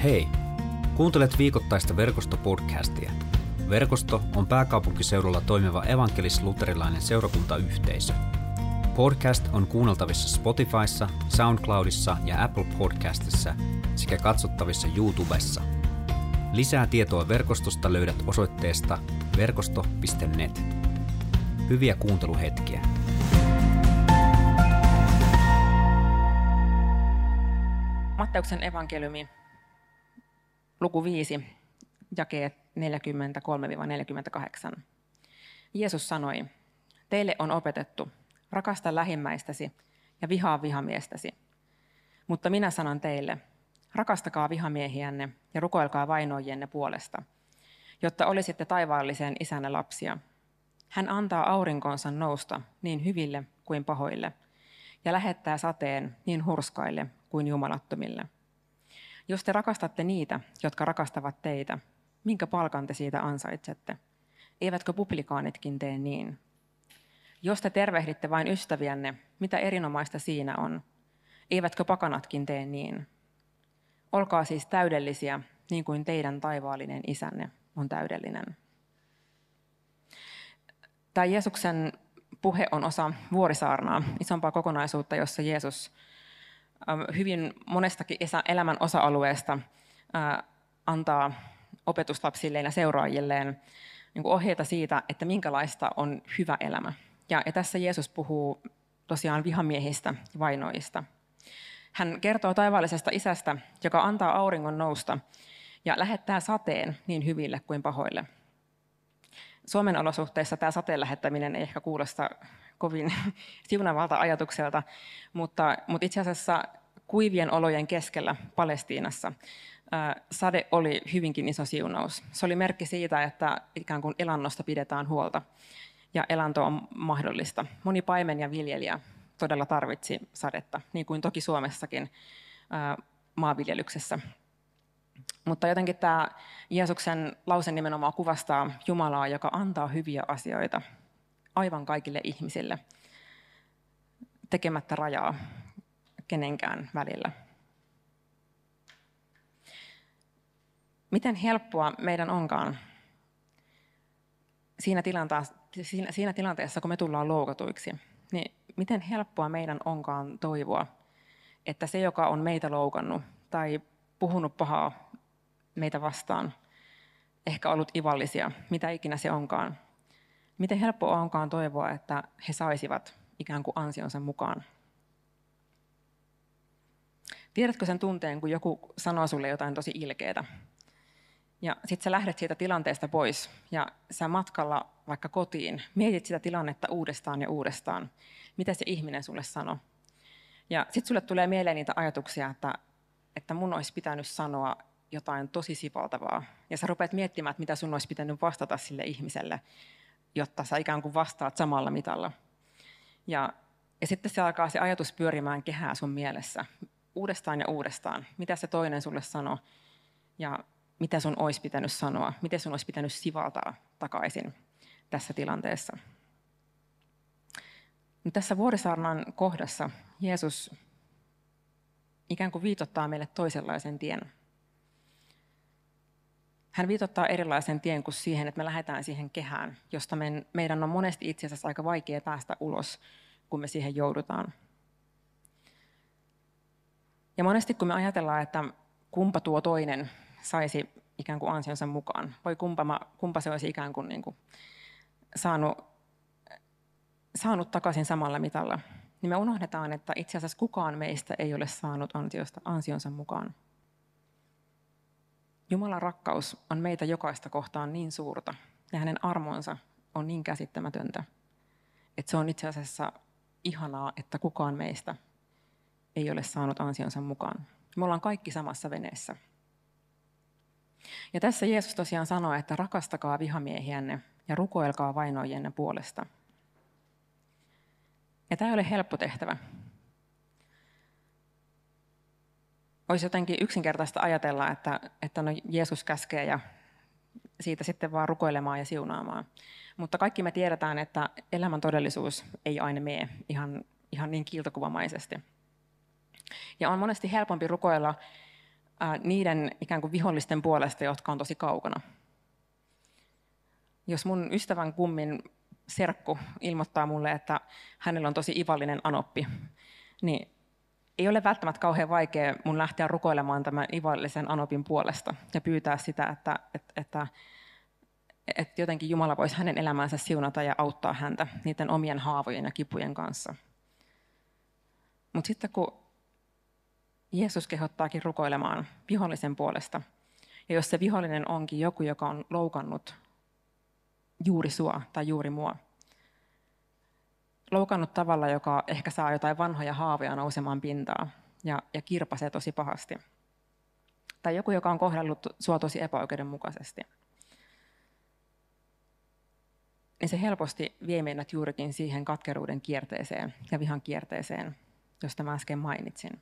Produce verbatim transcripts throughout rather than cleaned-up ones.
Hei! Kuuntelet viikoittaista Verkosto-podcastia. Verkosto on pääkaupunkiseudulla toimiva evankelis-luterilainen seurakuntayhteisö. Podcast on kuunneltavissa Spotifyssa, SoundCloudissa ja Apple Podcastissa sekä katsottavissa YouTubessa. Lisää tietoa verkostosta löydät osoitteesta verkosto piste net. Hyviä kuunteluhetkiä. Matteuksen evankeliumi, luku viisi, jakeet neljäkymmentäkolme neljäkymmentäkahdeksan. Jeesus sanoi, teille on opetettu, rakasta lähimmäistäsi ja vihaa vihamiestäsi. Mutta minä sanon teille, rakastakaa vihamiehiänne ja rukoilkaa vainoijienne puolesta, jotta olisitte taivaallisen isänne lapsia. Hän antaa aurinkonsa nousta niin hyville kuin pahoille ja lähettää sateen niin hurskaille kuin jumalattomille. Jos te rakastatte niitä, jotka rakastavat teitä, minkä palkan te siitä ansaitsette? Eivätkö publikaanitkin tee niin? Jos te tervehditte vain ystäviänne, mitä erinomaista siinä on? Eivätkö pakanatkin tee niin? Olkaa siis täydellisiä, niin kuin teidän taivaallinen isänne on täydellinen. Tämä Jeesuksen puhe on osa Vuorisaarnaa, isompaa kokonaisuutta, jossa Jeesus hyvin monestakin elämän osa-alueesta antaa opetuslapsilleen ja seuraajilleen ohjeita siitä, että minkälaista on hyvä elämä. Ja, ja tässä Jeesus puhuu tosiaan vihamiehistä ja vainoista. Hän kertoo taivaallisesta isästä, joka antaa auringon nousta ja lähettää sateen niin hyville kuin pahoille. Suomen olosuhteissa tämä sateen lähettäminen ei ehkä kuulosta kovin siunaavalta ajatukselta, mutta, mutta itse asiassa kuivien olojen keskellä Palestiinassa ää, sade oli hyvinkin iso siunaus. Se oli merkki siitä, että ikään kuin elannosta pidetään huolta ja elanto on mahdollista. Moni paimen ja viljelijä todella tarvitsi sadetta, niin kuin toki Suomessakin ää, maanviljelyksessä. Mutta jotenkin tämä Jeesuksen lause nimenomaan kuvastaa Jumalaa, joka antaa hyviä asioita aivan kaikille ihmisille, tekemättä rajaa kenenkään välillä. Miten helppoa meidän onkaan siinä tilanteessa, siinä, siinä tilanteessa, kun me tullaan loukatuiksi, niin miten helppoa meidän onkaan toivoa, että se, joka on meitä loukannut tai puhunut pahaa meitä vastaan, ehkä ollut ivallisia, mitä ikinä se onkaan. Miten helppoa onkaan toivoa, että he saisivat ikään kuin ansionsa mukaan. Tiedätkö sen tunteen, kun joku sanoo sulle jotain tosi ilkeätä? Ja sitten sä lähdet siitä tilanteesta pois ja sä matkalla vaikka kotiin mietit sitä tilannetta uudestaan ja uudestaan. Mitä se ihminen sulle sanoi? Ja sitten sulle tulee mieleen niitä ajatuksia, että, että mun olisi pitänyt sanoa jotain tosi sipaltavaa. Ja sä rupeat miettimään, että mitä sun olisi pitänyt vastata sille ihmiselle, jotta sä ikään kuin vastaat samalla mitalla. Ja, ja sitten se alkaa se ajatus pyörimään kehää sun mielessä uudestaan ja uudestaan. Mitä se toinen sulle sanoo ja mitä sun olisi pitänyt sanoa, miten sun olisi pitänyt sivaltaa takaisin tässä tilanteessa. No, tässä Vuorisaarnan kohdassa Jeesus ikään kuin viitottaa meille toisenlaisen tien. Hän viitottaa erilaisen tien kuin siihen, että me lähdetään siihen kehään, josta meidän on monesti itse asiassa aika vaikea päästä ulos, kun me siihen joudutaan. Ja monesti kun me ajatellaan, että kumpa tuo toinen saisi ikään kuin ansionsa mukaan, vai kumpa, kumpa se olisi ikään kuin, niin kuin saanut, saanut takaisin samalla mitalla, niin me unohdetaan, että itse asiassa kukaan meistä ei ole saanut ansiosta, ansionsa mukaan. Jumalan rakkaus on meitä jokaista kohtaan niin suurta ja hänen armonsa on niin käsittämätöntä, että se on itse asiassa ihanaa, että kukaan meistä ei ole saanut ansionsa mukaan. Me ollaan kaikki samassa veneessä. Ja tässä Jeesus tosiaan sanoo, että rakastakaa vihamiehiänne ja rukoilkaa vainoijienne puolesta. Ja tämä ei ole helppo tehtävä. Olisi jotenkin yksinkertaista ajatella, että, että no Jeesus käskee ja siitä sitten vaan rukoilemaan ja siunaamaan. Mutta kaikki me tiedetään, että elämän todellisuus ei aina mene ihan, ihan niin kiiltokuvamaisesti. Ja on monesti helpompi rukoilla ää, niiden ikään kuin vihollisten puolesta, jotka on tosi kaukana. Jos mun ystävän kummin serkku ilmoittaa mulle, että hänellä on tosi ivallinen anoppi, niin ei ole välttämättä kauhean vaikea mun lähteä rukoilemaan tämän ivallisen anopin puolesta ja pyytää sitä, että, että, että, että jotenkin Jumala voisi hänen elämäänsä siunata ja auttaa häntä niiden omien haavojen ja kipujen kanssa. Mutta sitten kun Jeesus kehottaakin rukoilemaan vihollisen puolesta, ja jos se vihollinen onkin joku, joka on loukannut juuri sua tai juuri mua, loukannut tavalla, joka ehkä saa jotain vanhoja haavoja nousemaan pintaan ja, ja kirpasee tosi pahasti. Tai joku, joka on kohdellut sua tosi epäoikeudenmukaisesti. Niin se helposti vie meidät juurikin siihen katkeruuden kierteeseen ja vihan kierteeseen, josta mä äsken mainitsin.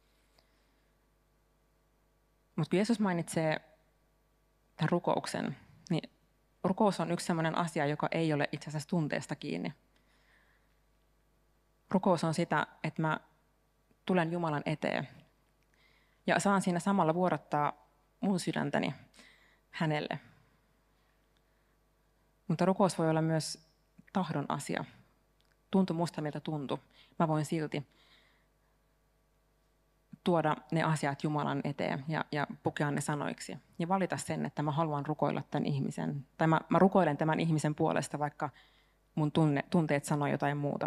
Mutta kun Jeesus mainitsee tämän rukouksen, niin rukous on yksi sellainen asia, joka ei ole itse asiassa tunteesta kiinni. Rukous on sitä, että mä tulen Jumalan eteen ja saan siinä samalla vuodattaa mun sydäntäni hänelle. Mutta rukous voi olla myös tahdon asia. Tuntu musta miltä tuntu. Mä voin silti tuoda ne asiat Jumalan eteen ja, ja pukea ne sanoiksi. Ja valita sen, että mä haluan rukoilla tämän ihmisen. Tai mä, mä rukoilen tämän ihmisen puolesta, vaikka mun tunne, tunteet sanoo jotain muuta.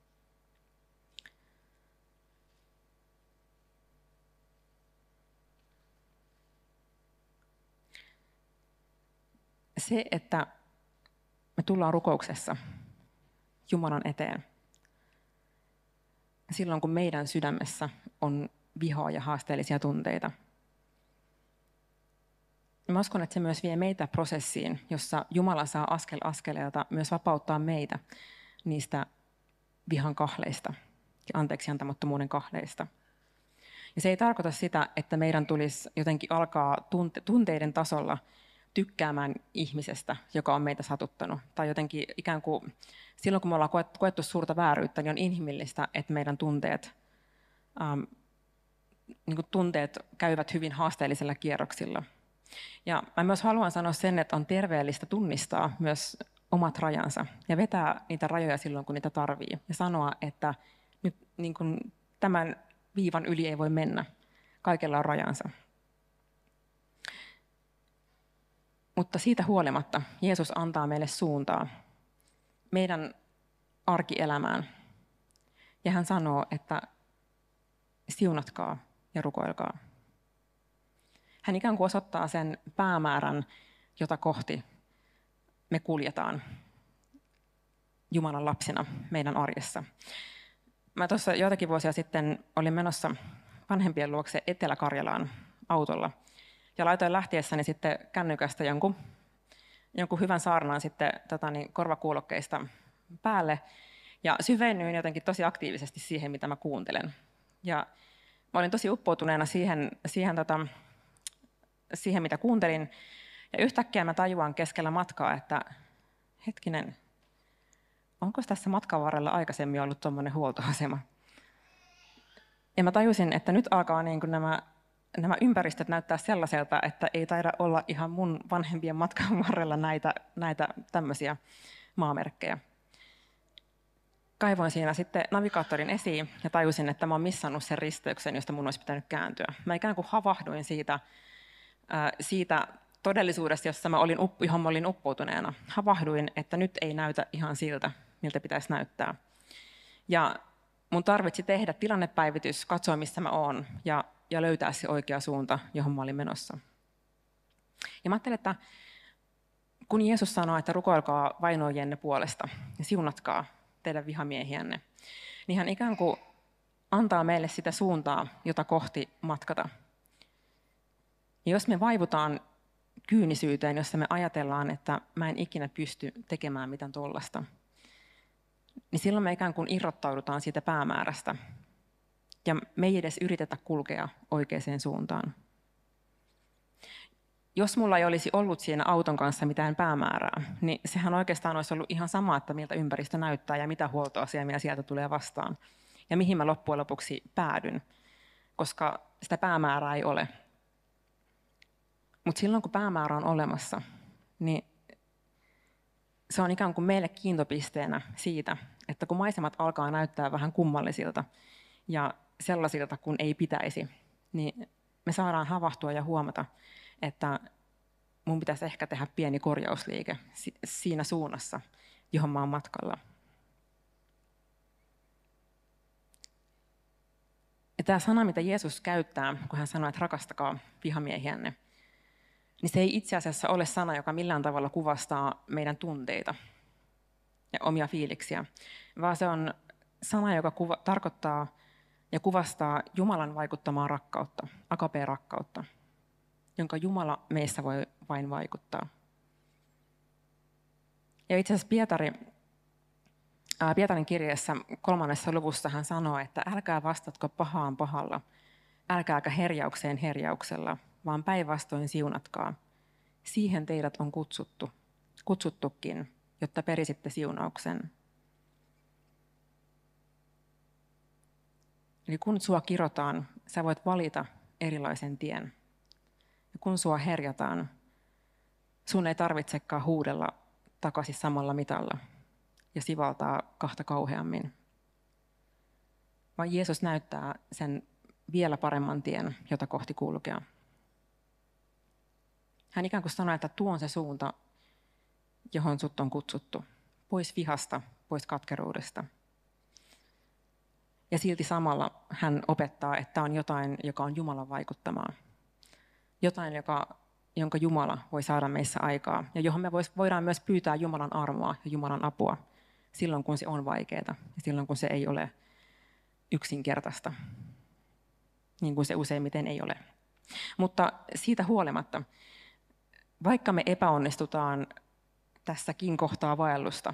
Se, että me tullaan rukouksessa Jumalan eteen silloin, kun meidän sydämessä on vihaa ja haasteellisia tunteita. Mä uskon, että se myös vie meitä prosessiin, jossa Jumala saa askel askeleelta myös vapauttaa meitä niistä vihan kahleista ja anteeksiantamattomuuden kahleista. Ja se ei tarkoita sitä, että meidän tulisi jotenkin alkaa tunte- tunteiden tasolla tykkäämään ihmisestä, joka on meitä satuttanut. Tai jotenkin ikään kuin silloin, kun me ollaan koettu suurta vääryyttä, niin on inhimillistä, että meidän tunteet, ähm, niin kuin tunteet käyvät hyvin haasteellisilla kierroksilla. Ja mä myös haluan sanoa sen, että on terveellistä tunnistaa myös omat rajansa ja vetää niitä rajoja silloin, kun niitä tarvii. Ja sanoa, että nyt niin kuin tämän viivan yli ei voi mennä. Kaikella on rajansa. Mutta siitä huolimatta Jeesus antaa meille suuntaa meidän arkielämään. Ja hän sanoo, että siunatkaa ja rukoilkaa. Hän ikään kuin osoittaa sen päämäärän, jota kohti me kuljetaan Jumalan lapsina meidän arjessa. Mä tuossa joitakin vuosia sitten olin menossa vanhempien luokse Etelä-Karjalaan autolla. Ja laitoin lähtiessäni sitten kännykästä jonkun, jonkun hyvän saarnaan sitten tota niin, korvakuulokkeista päälle. Ja syvennyin jotenkin tosi aktiivisesti siihen, mitä mä kuuntelen. Ja mä olin tosi uppoutuneena siihen, siihen, tota, siihen mitä kuuntelin. Ja yhtäkkiä mä tajuan keskellä matkaa, että hetkinen, onko tässä matkan varrella aikaisemmin ollut tuommoinen huoltoasema? Ja mä tajusin, että nyt alkaa niin kuin nämä Nämä ympäristöt näyttää sellaiselta, että ei taida olla ihan mun vanhempien matkan varrella näitä, näitä tämmöisiä maamerkkejä. Kaivoin siinä sitten navigaattorin esiin ja tajusin, että mä oon missannut sen risteyksen, josta mun olisi pitänyt kääntyä. Mä ikään kuin havahduin siitä, siitä todellisuudesta, jossa mä olin, johon mä olin uppoutuneena. Havahduin, että nyt ei näytä ihan siltä, miltä pitäisi näyttää. Ja mun tarvitsi tehdä tilannepäivitys, katsoa missä mä oon ja ja löytää se oikea suunta, johon mä olin menossa. Ja mä ajattelin, että kun Jeesus sanoo, että rukoilkaa vainoajienne puolesta ja siunatkaa teidän vihamiehiänne, niin hän ikään kuin antaa meille sitä suuntaa, jota kohti matkata. Ja jos me vaivutaan kyynisyyteen, jossa me ajatellaan, että mä en ikinä pysty tekemään mitään tuollaista, niin silloin me ikään kuin irrottaudutaan siitä päämäärästä. Ja me ei edes yritetä kulkea oikeaan suuntaan. Jos mulla ei olisi ollut siinä auton kanssa mitään päämäärää, niin sehän oikeastaan olisi ollut ihan sama, että miltä ympäristö näyttää ja mitä huoltoasemia sieltä tulee vastaan. Ja mihin mä loppujen lopuksi päädyn, koska sitä päämäärää ei ole. Mutta silloin kun päämäärä on olemassa, niin se on ikään kuin meille kiintopisteenä siitä, että kun maisemat alkaa näyttää vähän kummallisilta ja sellaisilta kuin ei pitäisi, niin me saadaan havahtua ja huomata, että mun pitäisi ehkä tehdä pieni korjausliike siinä suunnassa, johon mä oon matkalla. Ja tämä sana, mitä Jeesus käyttää, kun hän sanoo, että rakastakaa vihamiehiänne, niin se ei itse asiassa ole sana, joka millään tavalla kuvastaa meidän tunteita ja omia fiiliksiä, vaan se on sana, joka kuva- tarkoittaa ja kuvastaa Jumalan vaikuttamaa rakkautta, agape-rakkautta, jonka Jumala meissä voi vain vaikuttaa. Ja itse asiassa Pietari, ää, Pietarin kirjeessä kolmannessa luvussa hän sanoo, että älkää vastatko pahaan pahalla, älkääkä herjaukseen herjauksella, vaan päinvastoin siunatkaa. Siihen teidät on kutsuttu, kutsuttukin, jotta perisitte siunauksen. Eli kun sua kirotaan, sä voit valita erilaisen tien. Ja kun sua herjataan, sun ei tarvitsekaan huudella takaisin samalla mitalla ja sivaltaa kahta kauheammin. Vaan Jeesus näyttää sen vielä paremman tien, jota kohti kulkea. Hän ikään kuin sanoi, että tuo on se suunta, johon sut on kutsuttu. Pois vihasta, pois katkeruudesta. Ja silti samalla hän opettaa, että on jotain, joka on Jumalan vaikuttamaa. Jotain, joka, jonka Jumala voi saada meissä aikaa. Ja johon me voidaan myös pyytää Jumalan armoa ja Jumalan apua silloin, kun se on vaikeaa. Ja silloin, kun se ei ole yksinkertaista. Niin kuin se useimmiten ei ole. Mutta siitä huolimatta, vaikka me epäonnistutaan tässäkin kohtaa vaellusta,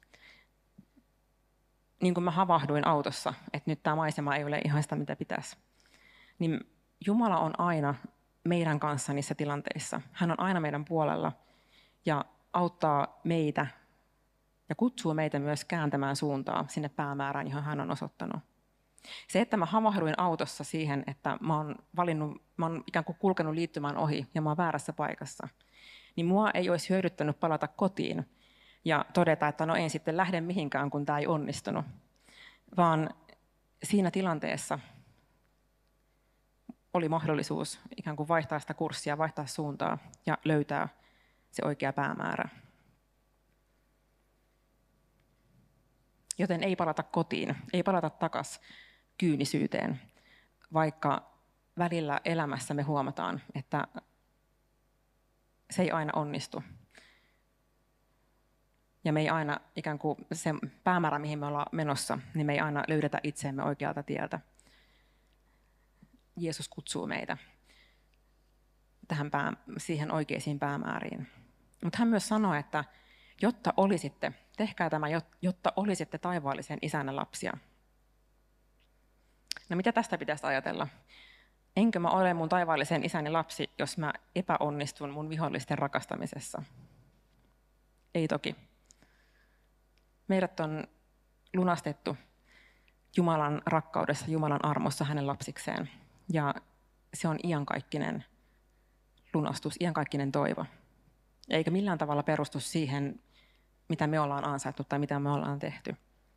niin kuin mä havahduin autossa, että nyt tämä maisema ei ole ihan sitä, mitä pitäisi, niin Jumala on aina meidän kanssa niissä tilanteissa. Hän on aina meidän puolella ja auttaa meitä ja kutsuu meitä myös kääntämään suuntaa sinne päämäärään, johon hän on osoittanut. Se, että mä havahduin autossa siihen, että mä oon valinnut, mä oon ikään kuin kulkenut liittymään ohi ja mä oon väärässä paikassa, niin mua ei olisi hyödyttänyt palata kotiin ja todeta, että no en sitten lähde mihinkään, kun tämä ei onnistunut. Vaan siinä tilanteessa oli mahdollisuus ikään kuin vaihtaa sitä kurssia, vaihtaa suuntaa ja löytää se oikea päämäärä. Joten ei palata kotiin, ei palata takaisin kyynisyyteen, vaikka välillä elämässä me huomataan, että se ei aina onnistu. Ja me ei aina, ikään kuin se päämäärä, mihin me ollaan menossa, niin me ei aina löydetä itseemme oikealta tieltä. Jeesus kutsuu meitä tähän pää, siihen oikeisiin päämääriin. Mutta hän myös sanoi, että jotta olisitte, tehkää tämä, jotta olisitte taivaallisen isänne lapsia. No mitä tästä pitäisi ajatella? Enkö mä ole mun taivaallisen isäni lapsi, jos mä epäonnistun mun vihollisten rakastamisessa? Ei toki. Meidät on lunastettu Jumalan rakkaudessa, Jumalan armossa hänen lapsikseen. Ja se on iankaikkinen lunastus, iankaikkinen toivo. Eikä millään tavalla perustu siihen, mitä me ollaan ansaittu tai mitä me ollaan tehty.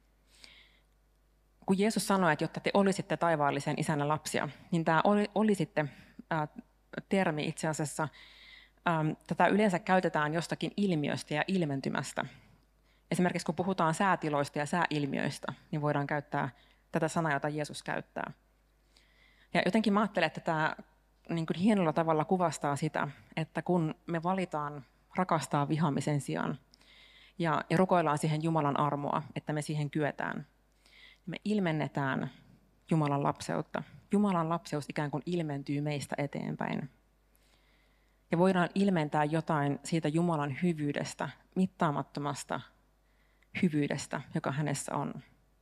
Kun Jeesus sanoi, että jotta te olisitte taivaallisen isänä lapsia, niin tämä oli, olisitte ää, termi itse asiassa, ää, tätä yleensä käytetään jostakin ilmiöstä ja ilmentymästä. Esimerkiksi kun puhutaan säätiloista ja sääilmiöistä, niin voidaan käyttää tätä sanaa, jota Jeesus käyttää. Ja jotenkin mä ajattelen, että tämä niin kuin hienolla tavalla kuvastaa sitä, että kun me valitaan rakastaa vihaamisen sijaan ja, ja rukoillaan siihen Jumalan armoa, että me siihen kyetään, me ilmennetään Jumalan lapseutta. Jumalan lapseus ikään kuin ilmentyy meistä eteenpäin. Ja voidaan ilmentää jotain siitä Jumalan hyvyydestä, mittaamattomasta hyvyydestä, joka hänessä on.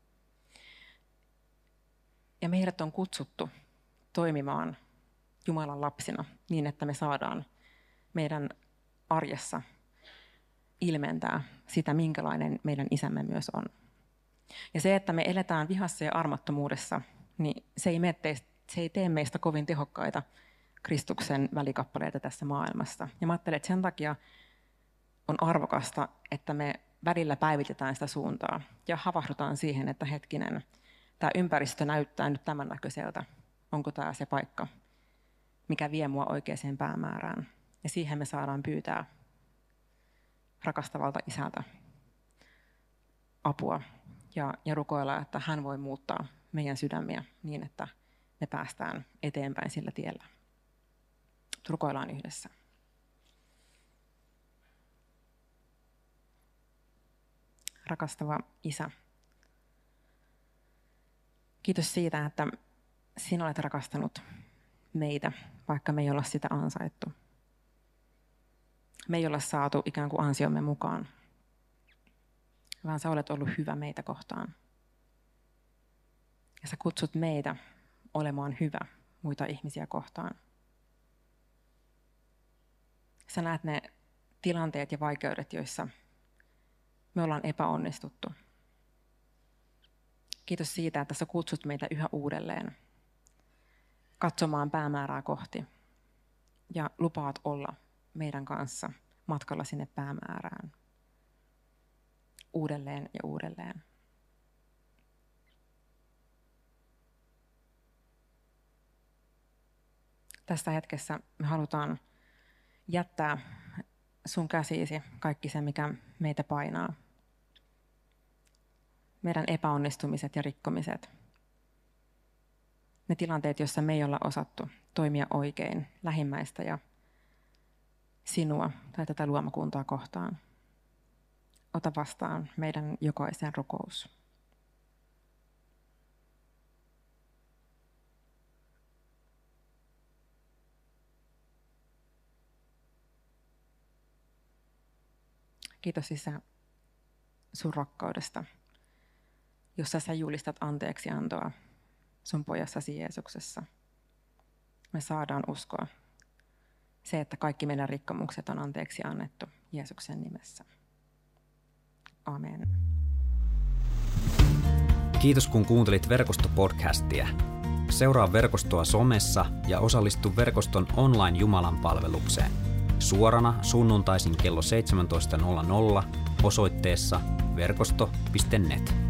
Ja meidät on kutsuttu toimimaan Jumalan lapsina niin, että me saadaan meidän arjessa ilmentää sitä, minkälainen meidän isämme myös on. Ja se, että me eletään vihassa ja armottomuudessa, niin se ei, teistä, se ei tee meistä kovin tehokkaita Kristuksen välikappaleita tässä maailmassa. Ja mä ajattelen, että sen takia on arvokasta, että me välillä päivitetään sitä suuntaa ja havahdutaan siihen, että hetkinen, tämä ympäristö näyttää nyt tämän näköiseltä. Onko tämä se paikka, mikä vie mua oikeaan päämäärään? Ja siihen me saadaan pyytää rakastavalta isältä apua ja, ja rukoilla, että hän voi muuttaa meidän sydämiä niin, että me päästään eteenpäin sillä tiellä. Rukoillaan yhdessä. Rakastava Isä, kiitos siitä, että sinä olet rakastanut meitä, vaikka me ei olla sitä ansaittu. Me ei olla saatu ikään kuin ansiomme mukaan, vaan sä olet ollut hyvä meitä kohtaan. Ja sä kutsut meitä olemaan hyvä muita ihmisiä kohtaan. Sä näet ne tilanteet ja vaikeudet, joissa me ollaan epäonnistuttu. Kiitos siitä, että sä kutsut meitä yhä uudelleen katsomaan päämäärää kohti ja lupaat olla meidän kanssa matkalla sinne päämäärään uudelleen ja uudelleen. Tässä hetkessä me halutaan jättää sun käsiisi kaikki se, mikä meitä painaa. Meidän epäonnistumiset ja rikkomiset. Ne tilanteet, joissa me ei olla osattu toimia oikein lähimmäistä ja sinua tai tätä luomakuntaa kohtaan. Ota vastaan meidän jokaisen rukous. Kiitos Isä sun rakkaudesta, jossa sä julistat anteeksiantoa sun pojassasi Jeesuksessa. Me saadaan uskoa se, että kaikki meidän rikkomukset on anteeksi annettu Jeesuksen nimessä. Amen. Kiitos kun kuuntelit Verkosto-podcastia. Seuraa Verkostoa somessa ja osallistu Verkoston online Jumalan palvelukseen. Suorana sunnuntaisin kello seitsemäntoista nolla nolla osoitteessa verkosto piste net.